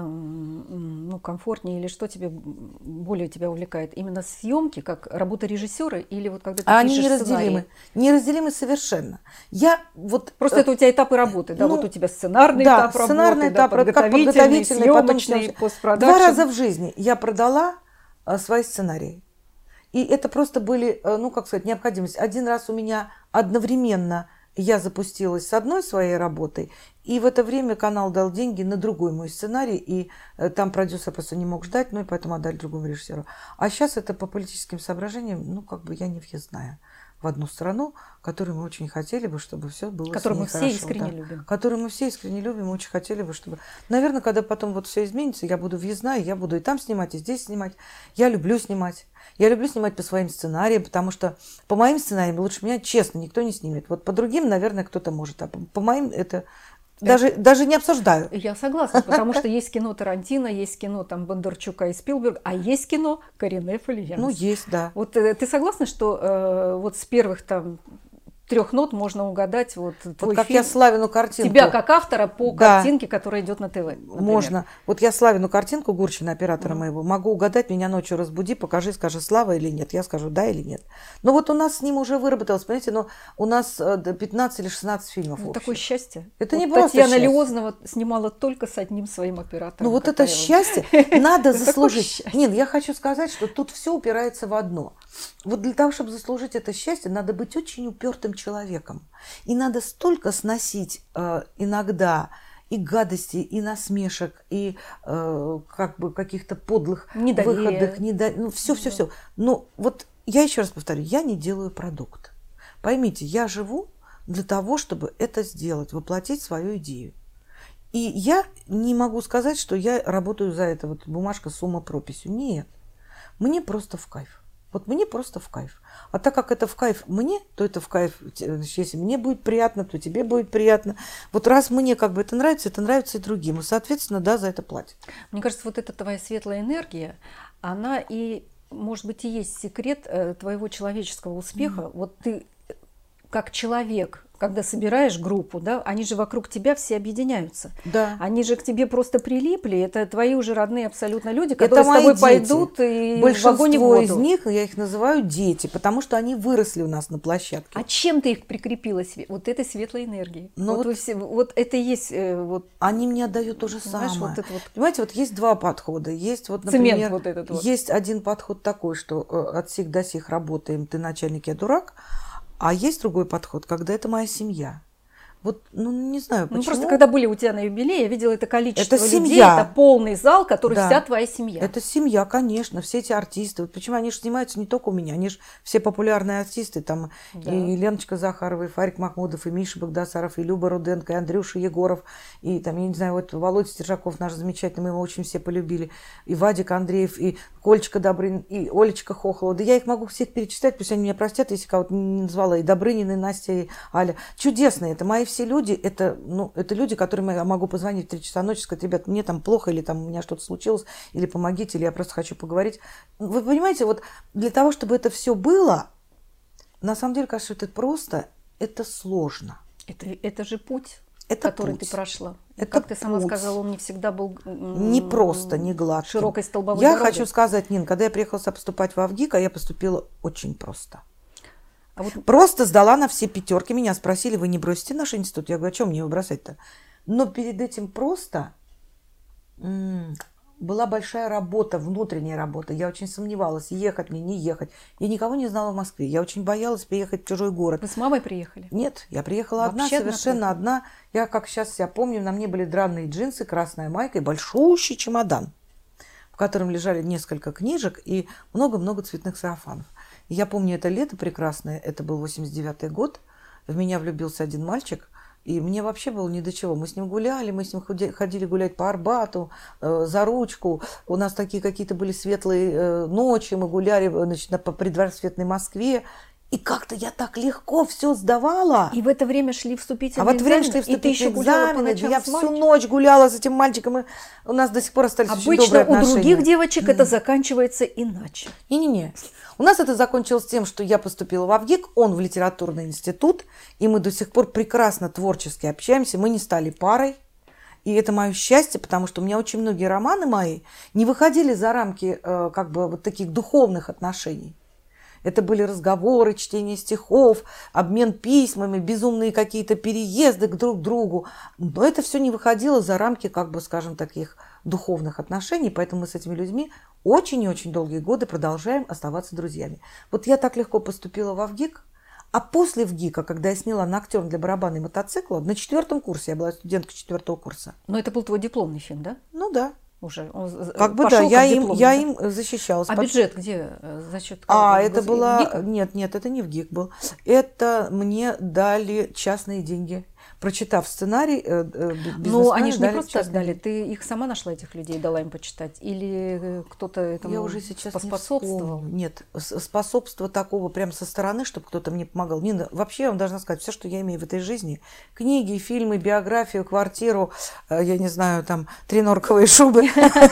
ну, комфортнее или что тебе более тебя увлекает? Именно съемки, как работа режиссера, или вот когда ты а пишешь они неразделимы, сценарий? Неразделимы совершенно. Я вот просто э, это у тебя этапы работы, да? Ну, вот у тебя сценарный да, этап сценарный работы, этап, да, подготовительный, подготовительный, съемочный, потом постпродакшн. Два раза в жизни я продала а, свои сценарии. И это просто были, ну, как сказать, необходимость. Один раз у меня одновременно я запустилась с одной своей работой, и в это время канал дал деньги на другой мой сценарий, и там продюсер просто не мог ждать, ну и поэтому отдали другому режиссеру. А сейчас это по политическим соображениям, ну, как бы я не въездная в одну страну, которую мы очень хотели бы, чтобы все было которую мы хорошо, все искренне да. любим. Которую мы все искренне любим, мы очень хотели бы, чтобы... Наверное, когда потом вот все изменится, я буду въездная, я буду и там снимать, и здесь снимать. Я люблю снимать. Я люблю снимать по своим сценариям, потому что по моим сценариям лучше меня, честно, никто не снимет. Вот по другим, наверное, кто-то может, а по, по моим это... Даже, это... даже не обсуждаю. Я согласна, потому что есть кино Тарантино, есть кино там Бондарчука и Спилберга, а есть кино Карине Фолиянс. Ну, есть, да. Вот э, ты согласна, что э, вот с первых там трех нот можно угадать вот твой вот как фильм, я Славину картинку. Тебя как автора по да. картинке, которая идет на ТВ. Например. Можно. Вот я Славину картинку Гурчина, оператора mm. моего, могу угадать, меня ночью разбуди, покажи, скажи, Слава или нет. Я скажу, да или нет. Но вот у нас с ним уже выработалось, понимаете, но у нас пятнадцать или шестнадцать фильмов. Ну, такое счастье. Это вот не просто Татьяна счастье. Лиознова снимала только с одним своим оператором. Ну вот это счастье надо заслужить. Счастье. Нет, я хочу сказать, что тут все упирается в одно. Вот для того, чтобы заслужить это счастье, надо быть очень упертым человеком. И надо столько сносить э, иногда и гадостей, и насмешек, и э, как бы каких-то подлых Недоверие. выходах, недо... ну все, все, все. Но вот я еще раз повторю, я не делаю продукт. Поймите, я живу для того, чтобы это сделать, воплотить свою идею. И я не могу сказать, что я работаю за это, вот бумажка, сумма, прописью. Нет, мне просто в кайф. Вот мне просто в кайф. А так как это в кайф мне, то это в кайф. Если мне будет приятно, то тебе будет приятно. Вот раз мне как бы это нравится, это нравится и другим. И, соответственно, да, за это платят. Мне кажется, вот эта твоя светлая энергия, она и, может быть, и есть секрет твоего человеческого успеха. Mm-hmm. Вот ты как человек, когда собираешь группу, да, они же вокруг тебя все объединяются. Да. Они же к тебе просто прилипли. Это твои уже родные абсолютно люди, которые с тобой дети. пойдут и Большинство в огонь и в воду. из них, я их называю дети, потому что они выросли у нас на площадке. А чем ты их прикрепила? Вот этой светлой энергией. Ну вот, вот, вы все, вот это и есть... Вот, они мне отдают то же самое. Вот это вот... Понимаете, вот есть два подхода. Есть, вот, например, цемент вот этот вот. Есть один подход такой, что от сих до сих работаем, ты начальник, я дурак. А есть другой подход, когда это моя семья. Вот, ну, не знаю, почему. Ну, просто когда были у тебя на юбилее, я видела это количество это людей, семья. Это полный зал, который да. вся твоя семья. Это семья, конечно, все эти артисты. Вот почему они же снимаются не только у меня, они же все популярные артисты. Там да. и Леночка Захарова, и Фарик Махмудов, и Миша Багдасаров, и Люба Руденко, и Андрюша Егоров, и там, я не знаю, вот Володя Стержаков наш замечательный, мы его очень все полюбили, и Вадик Андреев, и Кольчка Добрынин, и Олечка Хохлова. Да я их могу всех перечислять, пусть они меня простят, если кого-то не назвала, и Добрынин, и Настя, и Аля. Чудесные, это мои все люди, это Ну, это люди, которым я могу позвонить в три часа ночи, сказать: ребят, мне там плохо, или там у меня что-то случилось, или помогите, или я просто хочу поговорить. Вы понимаете, вот для того, чтобы это все было, на самом деле, кажется, это просто, это сложно. Это, это же путь, это который путь. ты прошла. Это как ты сама путь. сказала, он не всегда был не просто, не гладкий. Широкой столбовой Я дорогой. хочу сказать, Нин, когда я приехала поступать в Авгик, я поступила очень просто. А вот... Просто сдала на все пятерки. Меня спросили: вы не бросите наш институт? Я говорю: а что мне его бросать-то? Но перед этим просто м-м, была большая работа, внутренняя работа. Я очень сомневалась, ехать мне, не ехать. Я никого не знала в Москве. Я очень боялась приехать в чужой город. Вы с мамой приехали? Нет, я приехала Вообще одна, совершенно одна. Я, как сейчас себя помню, на мне были драные джинсы, красная майка и большущий чемодан, в котором лежали несколько книжек и много-много цветных сарафанов. Я помню это лето прекрасное, это был восемьдесят девятый год, в меня влюбился один мальчик, и мне вообще было ни до чего. Мы с ним гуляли, мы с ним ходили гулять по Арбату, э, за ручку, у нас такие какие-то были светлые э, ночи, мы гуляли, значит, по предрассветной Москве, и как-то я так легко все сдавала. И в это время шли вступительные экзамены. А в это время экзамены, шли вступительные экзамены. Я всю ночь гуляла с этим мальчиком, и у нас до сих пор остались Обычно очень добрые отношения. У других девочек mm. это заканчивается иначе. Не-не-не. У нас это закончилось тем, что я поступила в Авгик, он в литературный институт, и мы до сих пор прекрасно творчески общаемся, мы не стали парой. И это мое счастье, потому что у меня очень многие романы мои не выходили за рамки э, как бы вот таких духовных отношений. Это были разговоры, чтение стихов, обмен письмами, безумные какие-то переезды к друг другу. Но это все не выходило за рамки, как бы, скажем, таких духовных отношений. Поэтому мы с этими людьми очень и очень долгие годы продолжаем оставаться друзьями. Вот я так легко поступила в Авгик. А после ВГИКа, когда я сняла «Ноктюрн» для барабана и мотоцикла, на четвертом курсе, я была студенткой четвертого курса. Но это был твой дипломный фильм, да? Ну да. Уже он как бы да, я им, я им защищалась. А под... бюджет где? За счет а, это была... Нет, нет, это не ВГИК был. Это мне дали частные деньги. Прочитав сценарий, ну, они же не просто так дали. Ты их сама нашла, этих людей, дала им почитать? Или кто-то этому я уже сейчас поспособствовал? Не нет, способства такого прям со стороны, чтобы кто-то мне помогал. Нина, вообще, я вам должна сказать, все, что я имею в этой жизни, книги, фильмы, биографию, квартиру, я не знаю, там, три норковые шубы.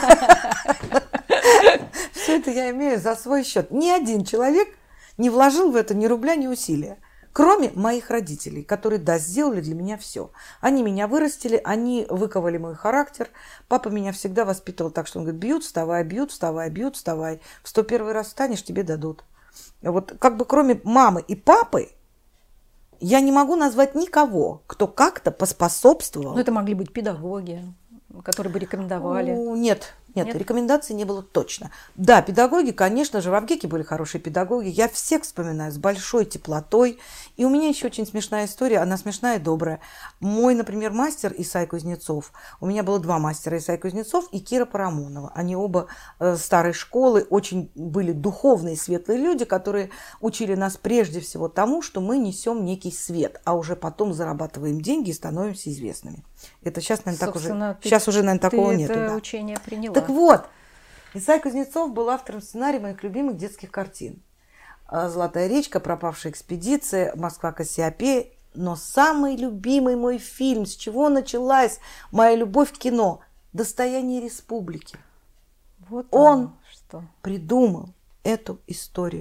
Все это я имею за свой счет. Ни один человек не вложил в это ни рубля, ни усилия. Кроме моих родителей, которые, да, сделали для меня все. Они меня вырастили, они выковали мой характер. Папа меня всегда воспитывал так, что он говорит: бьют, вставай, бьют, вставай, бьют, вставай. В сто первый раз встанешь, тебе дадут. Вот как бы кроме мамы и папы, я не могу назвать никого, кто как-то поспособствовал. Ну, это могли быть педагоги, которые бы рекомендовали. Ну, нет. Нет, Нет, рекомендаций не было точно. Да, педагоги, конечно же, в Авгике были хорошие педагоги. Я всех вспоминаю с большой теплотой. И у меня еще очень смешная история, она смешная и добрая. Мой, например, мастер Исай Кузнецов, у меня было два мастера, Исай Кузнецов и Кира Парамонова. Они оба э, старой школы, очень были духовные, светлые люди, которые учили нас прежде всего тому, что мы несем некий свет, а уже потом зарабатываем деньги и становимся известными. Это сейчас, наверное, так уже, ты, сейчас уже, наверное, такого ты нету. это Да. учение приняла. Так вот, Исай Кузнецов был автором сценария моих любимых детских картин. «Золотая речка», «Пропавшая экспедиция», «Москва Кассиопея». Но самый любимый мой фильм, с чего началась моя любовь к кино, «Достояние республики». Вот он что. придумал эту историю.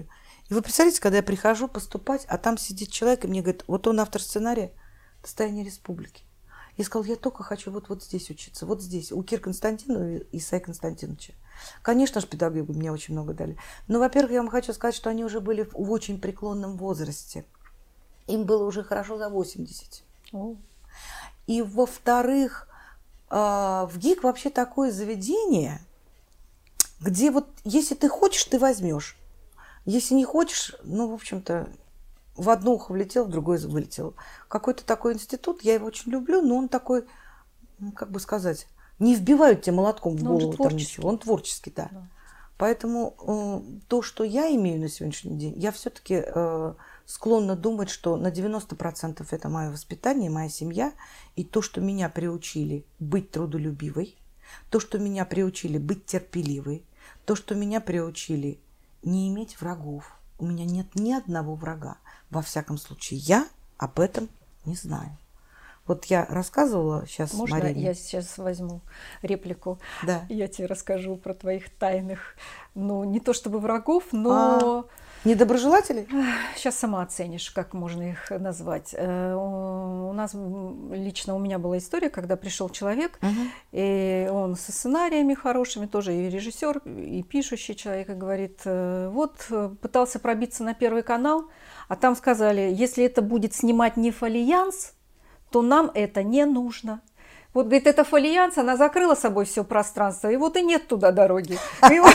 И вы представляете, когда я прихожу поступать, а там сидит человек, и мне говорит, вот он автор сценария «Достояние республики». Я сказала, я только хочу вот, вот здесь учиться, вот здесь, у Кир Константинова и Исаия Константиновича. Конечно же, педагоги мне очень много дали. Но, во-первых, я вам хочу сказать, что они уже были в очень преклонном возрасте. Им было уже хорошо за восемьдесят. О. И, во-вторых, в ГИК вообще такое заведение, где вот если ты хочешь, ты возьмешь. Если не хочешь, ну, в общем-то, в одно ухо влетел, в другое вылетел. Какой-то такой институт, я его очень люблю, но он такой, ну, как бы сказать, не вбивают тебе молотком в Но он же голову там ничего. Он творческий, да. Да. Поэтому э, то, что я имею на сегодняшний день, я все-таки э, склонна думать, что на девяносто процентов это мое воспитание, моя семья, и то, что меня приучили быть трудолюбивой, то, что меня приучили быть терпеливой, то, что меня приучили не иметь врагов. У меня нет ни одного врага. Во всяком случае, я об этом не знаю. Вот я рассказывала сейчас Можно Марине. я сейчас возьму реплику? Да. Я тебе расскажу про твоих тайных, ну, не то чтобы врагов, но... А, недоброжелателей? Сейчас сама оценишь, как можно их назвать. У нас, лично у меня была история, когда пришел человек, Угу. и он со сценариями хорошими, тоже и режиссер, и пишущий человек, и говорит, вот, пытался пробиться на Первый канал, а там сказали, если это будет снимать не Фолиянс, то нам это не нужно. Вот, говорит, эта Фолиянс, она закрыла собой все пространство, и вот и нет туда дороги. Ну,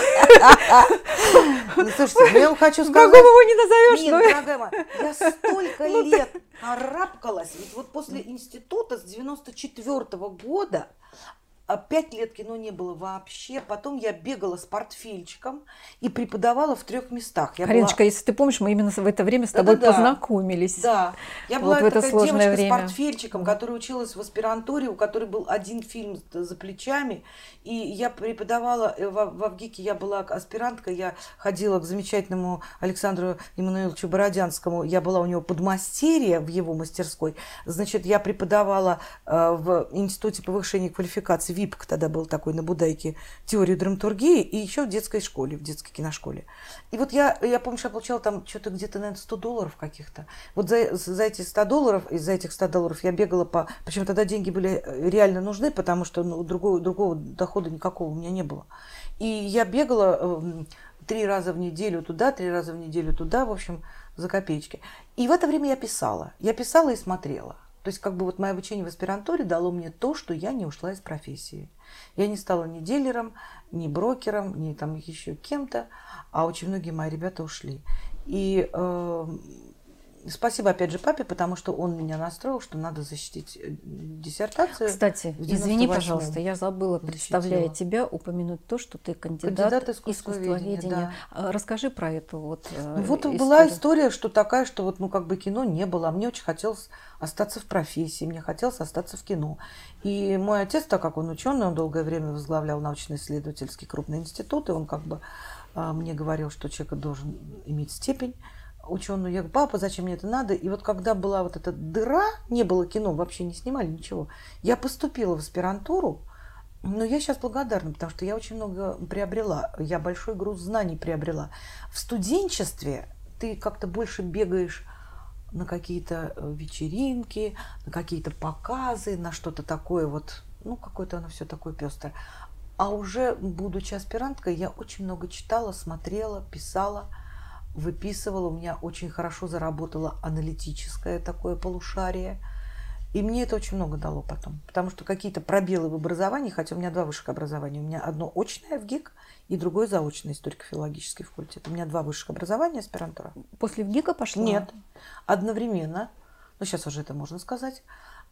слушайте, я вам хочу сказать... Врагом его не назовешь. Нет, дорогая моя, я столько лет карабкалась. Ведь вот после института с девяносто четвёртого года пять лет кино не было вообще. Потом я бегала с портфельчиком и преподавала в трех местах. Я Кариночка, была... если ты помнишь, мы именно в это время с тобой Да-да-да. познакомились. Да, я Вот была в это такая сложное девочка время. с портфельчиком, которая училась в аспирантуре, у которой был один фильм за плечами. И я преподавала в, в Авгике, я была аспиранткой, я ходила к замечательному Александру Эммануиловичу Бородянскому, я была у него подмастерье в его мастерской. Значит, я преподавала э, в Институте повышения квалификации, ВИПК тогда был такой на Будайке, теорию драматургии, и еще в детской школе, в детской киношколе. И вот я, я помню, что я получала там что-то где-то, наверное, сто долларов каких-то. Вот за, за эти сто долларов, из-за этих ста долларов я бегала по... Причем тогда деньги были реально нужны, потому что ну, другого, другого дохода никакого у меня не было. И я бегала э, три раза в неделю туда, три раза в неделю туда, в общем, за копеечки. И в это время я писала. Я писала и смотрела. То есть как бы вот мое обучение в аспирантуре дало мне то, что я не ушла из профессии. Я не стала ни дилером, ни брокером, ни там еще кем-то, а очень многие мои ребята ушли. И э, спасибо опять же папе, потому что он меня настроил, что надо защитить диссертацию. Кстати, извини, пожалуйста, я забыла, представляя тебя, упомянуть то, что ты кандидат, кандидат искусствоведения. искусствоведения. Да. Расскажи про эту вот ну, Вот историю. Была история, что такая, что вот, ну, как бы кино не было, а мне очень хотелось остаться в профессии, мне хотелось остаться в кино. И мой отец, так как он ученый, он долгое время возглавлял научно-исследовательский крупный институт, и он как бы а, мне говорил, что человек должен иметь степень ученую. Я говорю, папа, зачем мне это надо? И вот когда была вот эта дыра, не было кино, вообще не снимали ничего, я поступила в аспирантуру, но я сейчас благодарна, потому что я очень много приобрела, я большой груз знаний приобрела. В студенчестве ты как-то больше бегаешь на какие-то вечеринки, на какие-то показы, на что-то такое вот, ну, какое-то оно все такое пестрое. А уже, будучи аспиранткой, я очень много читала, смотрела, писала, выписывала. У меня очень хорошо заработало аналитическое такое полушарие. И мне это очень много дало потом. Потому что какие-то пробелы в образовании, хотя у меня два высших образования. У меня одно очное в ГИК и другое заочное, историко-филологический факультет. У меня два высших образования, аспирантура. После ВГИКа пошла? Нет. Одновременно, ну сейчас уже это можно сказать,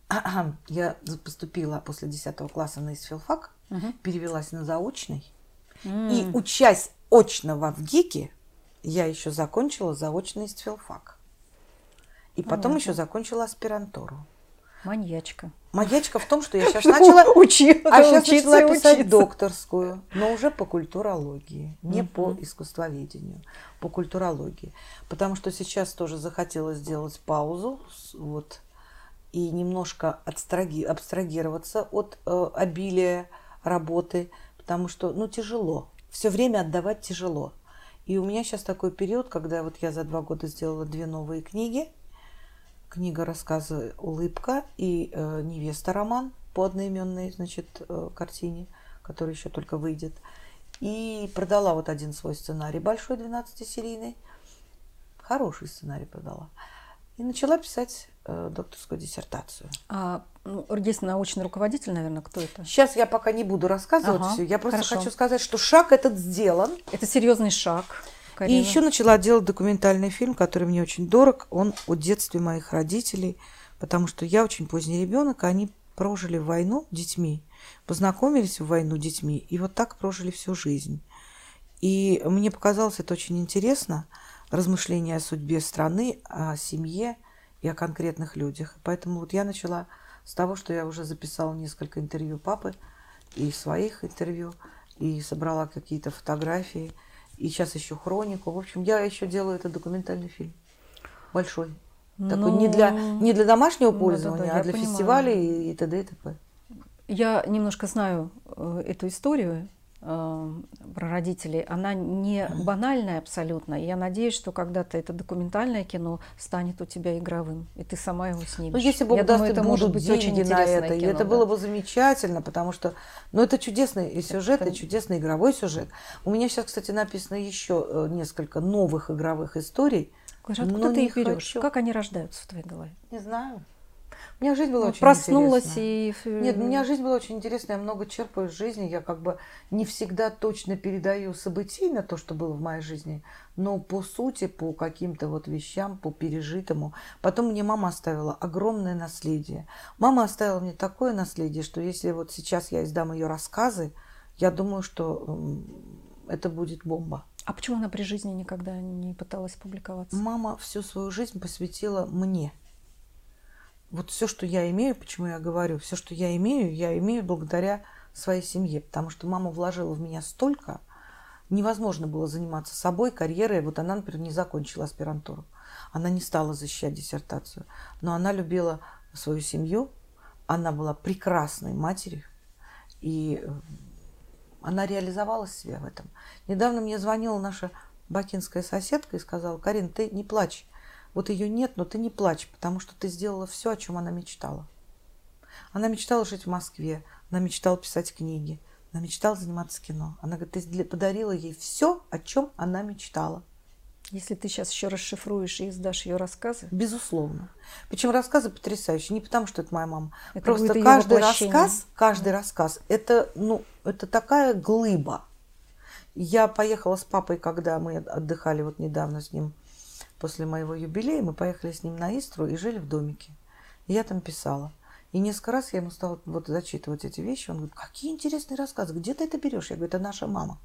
я поступила после десятого класса на ИСФИЛФАК, угу. перевелась на заочный. Mm. И учась очного в ГИКе, я еще закончила заочный ИСФИЛФАК. И потом Понятно. еще закончила аспирантуру. Маньячка. Маньячка в том, что я сейчас начала, Учи, а сейчас учиться, начала писать учиться. докторскую, но уже по культурологии, не uh-huh. по искусствоведению, по культурологии. Потому что сейчас тоже захотелось сделать паузу, вот, и немножко абстраги, абстрагироваться от э, обилия работы, потому что, ну, тяжело. Все время отдавать тяжело. И у меня сейчас такой период, когда вот я за два года сделала две новые книги. Книга рассказы «Улыбка» и э, «Невеста» роман по одноименной, значит, э, картине, который еще только выйдет. И продала вот один свой сценарий, большой, двенадцатисерийный. Хороший сценарий продала. И начала писать э, докторскую диссертацию. А ну, есть научный руководитель, наверное, кто это? Сейчас я пока не буду рассказывать Ага, все. Я просто хорошо. хочу сказать, что шаг этот сделан. Это серьезный шаг, И Карина. еще начала делать документальный фильм, который мне очень дорог. Он о детстве моих родителей, потому что я очень поздний ребенок, а они прожили войну детьми, познакомились в войну детьми, и вот так прожили всю жизнь. И мне показалось это очень интересно, размышления о судьбе страны, о семье и о конкретных людях. Поэтому вот я начала с того, что я уже записала несколько интервью папы и своих интервью, и собрала какие-то фотографии, и сейчас еще хронику. В общем, я еще делаю этот документальный фильм. Большой. Такой Ну, не для, не для домашнего ну, пользования, да-да, а я для понимаю. фестивалей и т.д. и т.п. Я немножко знаю э, эту историю э, про родителей. Она не банальная абсолютно. И я надеюсь, что когда-то это документальное кино станет у тебя игровым, и ты сама его снимешь. Ну, если Бог я даст, думаю, и это будут может быть очень деньги на интересное это, и кино, это да. было бы замечательно, потому что, ну, это чудесный и сюжет, Это- и чудесный игровой сюжет. У меня сейчас, кстати, написано еще э, несколько новых игровых историй. Слушай, откуда но ты не их берешь? хочу. Как они рождаются в твоей голове? Не знаю. У меня жизнь была Ну, очень проснулась интересная. и... Нет, у меня жизнь была очень интересная, я много черпаю из жизни, я как бы не всегда точно передаю событийно то, что было в моей жизни, но по сути, по каким-то вот вещам, по пережитому. Потом мне мама оставила огромное наследие. Мама оставила мне такое наследие, что если вот сейчас я издам ее рассказы, я думаю, что м, это будет бомба. А почему она при жизни никогда не пыталась публиковаться? Мама всю свою жизнь посвятила мне. Вот все, что я имею, почему я говорю, все, что я имею, я имею благодаря своей семье, потому что мама вложила в меня столько, невозможно было заниматься собой, карьерой. Вот она, например, не закончила аспирантуру, она не стала защищать диссертацию, но она любила свою семью, она была прекрасной матерью, и она реализовала себя в этом. Недавно мне звонила наша бакинская соседка и сказала: Карин, ты не плачь. Вот ее нет, но ты не плачь, потому что ты сделала все, о чем она мечтала. Она мечтала жить в Москве, она мечтала писать книги, она мечтала заниматься кино. Она говорит, ты подарила ей все, о чем она мечтала. Если ты сейчас еще расшифруешь и издашь ее рассказы, Безусловно. Причем рассказы потрясающие. Не потому, что это моя мама. Это Просто будет её каждый воплощение. рассказ, каждый рассказ, это, ну, это такая глыба. Я поехала с папой, когда мы отдыхали вот недавно с ним после моего юбилея, мы поехали с ним на Истру и жили в домике. И я там писала. И несколько раз я ему стала вот зачитывать эти вещи. Он говорит, какие интересные рассказы, где ты это берешь? Я говорю, это наша мама.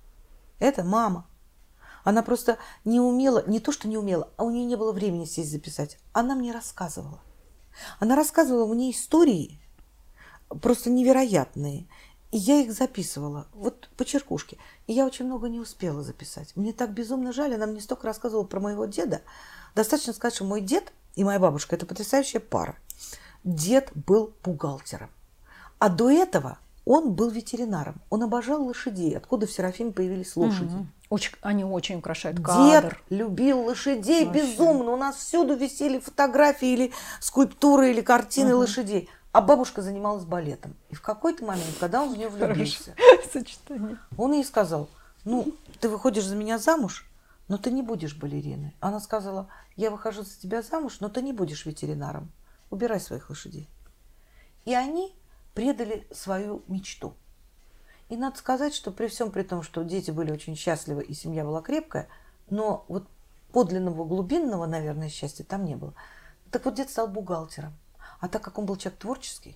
Это мама. Она просто не умела, не то что не умела, а у нее не было времени сесть записать. Она мне рассказывала. Она рассказывала мне истории просто невероятные. И я их записывала, вот по черкушке. И я очень много не успела записать. Мне так безумно жаль, она мне столько рассказывала про моего деда. Достаточно сказать, что мой дед и моя бабушка – это потрясающая пара. Дед был бухгалтером. А до этого он был ветеринаром. Он обожал лошадей. Откуда в Серафиме появились лошади? Мгм. Очень, они очень украшают Дед кадр. любил лошадей Вообще. безумно. У нас всюду висели фотографии или скульптуры, или картины Мгм. лошадей. А бабушка занималась балетом. И в какой-то момент, когда он в нее влюбился, Сочетание. он ей сказал, ну, ты выходишь за меня замуж, но ты не будешь балериной. Она сказала, я выхожу за тебя замуж, но ты не будешь ветеринаром. Убирай своих лошадей. И они предали свою мечту. И надо сказать, что при всем при том, что дети были очень счастливы и семья была крепкая, но вот подлинного глубинного, наверное, счастья там не было. Так вот, дед стал бухгалтером. А так как он был человек творческий,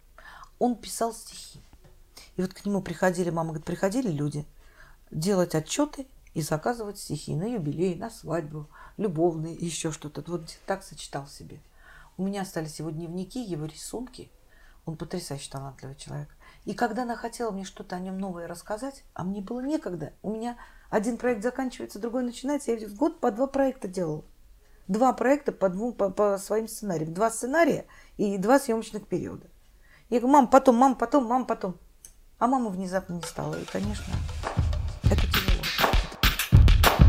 он писал стихи. И вот к нему приходили, мама говорит, приходили люди делать отчеты и заказывать стихи на юбилей, на свадьбу, любовные, еще что-то. Вот так сочетал себе. У меня остались его дневники, его рисунки. Он потрясающе талантливый человек. И когда она хотела мне что-то о нем новое рассказать, а мне было некогда. У меня один проект заканчивается, другой начинается. Я в год по два проекта делала. Два проекта по, двум, по, по своим сценариям. Два сценария и два съемочных периода. Я говорю, мам, потом, мам, потом, мам, потом. А мама внезапно не стала. И, конечно, это тяжело.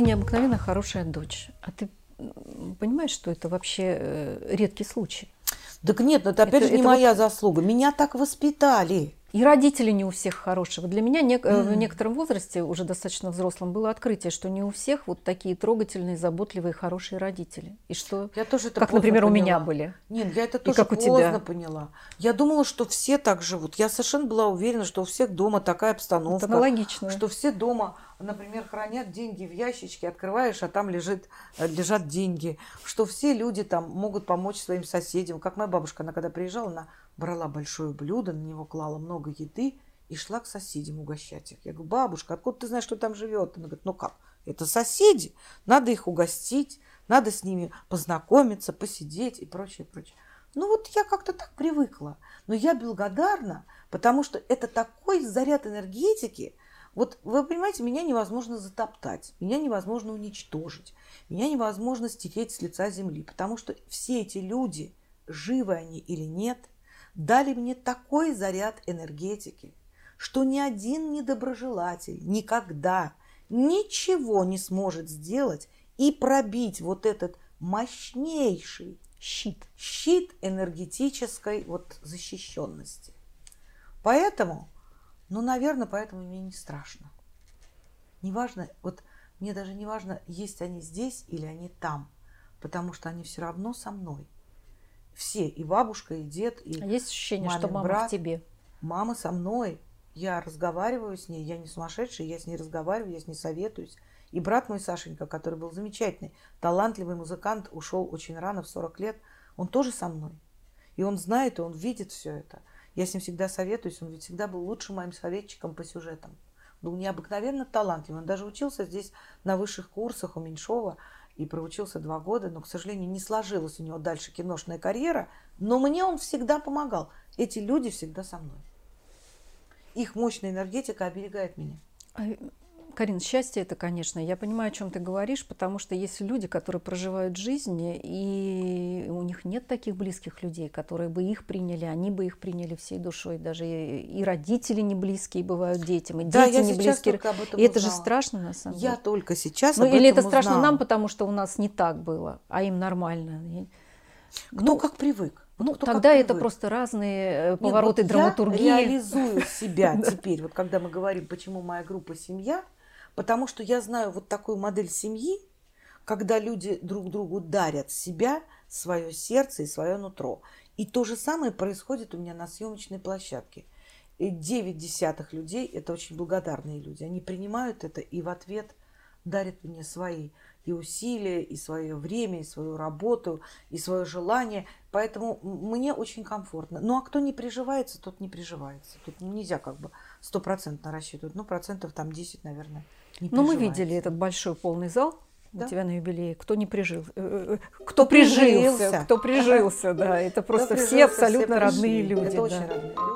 необыкновенно хорошая дочь. А ты понимаешь, что это вообще редкий случай? Так нет, но это опять это, же не это моя вот... заслуга. Меня так воспитали. И родители не у всех хорошие. Для меня не, mm. в некотором возрасте, уже достаточно взрослым, было открытие, что не у всех вот такие трогательные, заботливые, хорошие родители. И что, я тоже это как, например, поняла. у меня были. Нет, я это тоже как у поздно тебя. поняла. Я думала, что все так живут. Я совершенно была уверена, что у всех дома такая обстановка. Это аналогично. Что все дома, например, хранят деньги в ящичке, открываешь, а там лежит, лежат деньги. Что все люди там могут помочь своим соседям. Как моя бабушка, она когда приезжала, она брала большое блюдо, на него клала много еды и шла к соседям угощать их. Я говорю: бабушка, откуда ты знаешь, что там живет? Она говорит: ну как, это соседи, надо их угостить, надо с ними познакомиться, посидеть и прочее, прочее. Ну вот я как-то так привыкла. Но я благодарна, потому что это такой заряд энергетики. Вот вы понимаете, меня невозможно затоптать, меня невозможно уничтожить, меня невозможно стереть с лица земли, потому что все эти люди, живы они или нет, дали мне такой заряд энергетики, что ни один недоброжелатель никогда ничего не сможет сделать и пробить вот этот мощнейший щит, щит энергетической вот защищенности. Поэтому, ну, наверное, поэтому мне не страшно. Неважно, вот мне даже не важно, есть они здесь или они там, потому что они все равно со мной. Все, и бабушка, и дед, и а есть ощущение, мамин что мама брат, в тебе? Мама со мной. Я разговариваю с ней, я не сумасшедшая, я с ней разговариваю, я с ней советуюсь. И брат мой Сашенька, который был замечательный, талантливый музыкант, ушел очень рано, в сорок лет, он тоже со мной. И он знает, и он видит все это. Я с ним всегда советуюсь, он ведь всегда был лучшим моим советчиком по сюжетам. Был необыкновенно талантливый. Он даже учился здесь на высших курсах у Меньшова и проучился два года, но, к сожалению, не сложилась у него дальше киношная карьера. Но мне он всегда помогал. Эти люди всегда со мной. Их мощная энергетика оберегает меня. Карин, счастье это, конечно, я понимаю, о чем ты говоришь, потому что есть люди, которые проживают жизнь, и у них нет таких близких людей, которые бы их приняли, они бы их приняли всей душой. Даже и родители не близкие бывают детям, и да, дети не близкие. И это же страшно, на самом деле. Я только сейчас ну, об или этом это страшно узнала. нам, потому что у нас не так было, а им нормально. Кто ну, как привык. Ну, Кто тогда это привык. просто разные Нет, повороты вот драматургии. Я реализую себя теперь, вот когда мы говорим, почему моя группа «Семья», потому что я знаю вот такую модель семьи, когда люди друг другу дарят себя, свое сердце и свое нутро. И то же самое происходит у меня на съемочной площадке. И девять десятых людей – это очень благодарные люди. Они принимают это и в ответ дарят мне свои и усилия, и свое время, и свою работу, и свое желание. Поэтому мне очень комфортно. Ну, а кто не приживается, тот не приживается. Тут нельзя как бы стопроцентно рассчитывать. Ну, процентов там десять, наверное, не Ну, мы видели этот большой полный зал да? у тебя на юбилее. Кто не прижил, кто, кто прижился, прижился, кто прижился, да. Это просто все абсолютно родные люди. Это очень родные люди.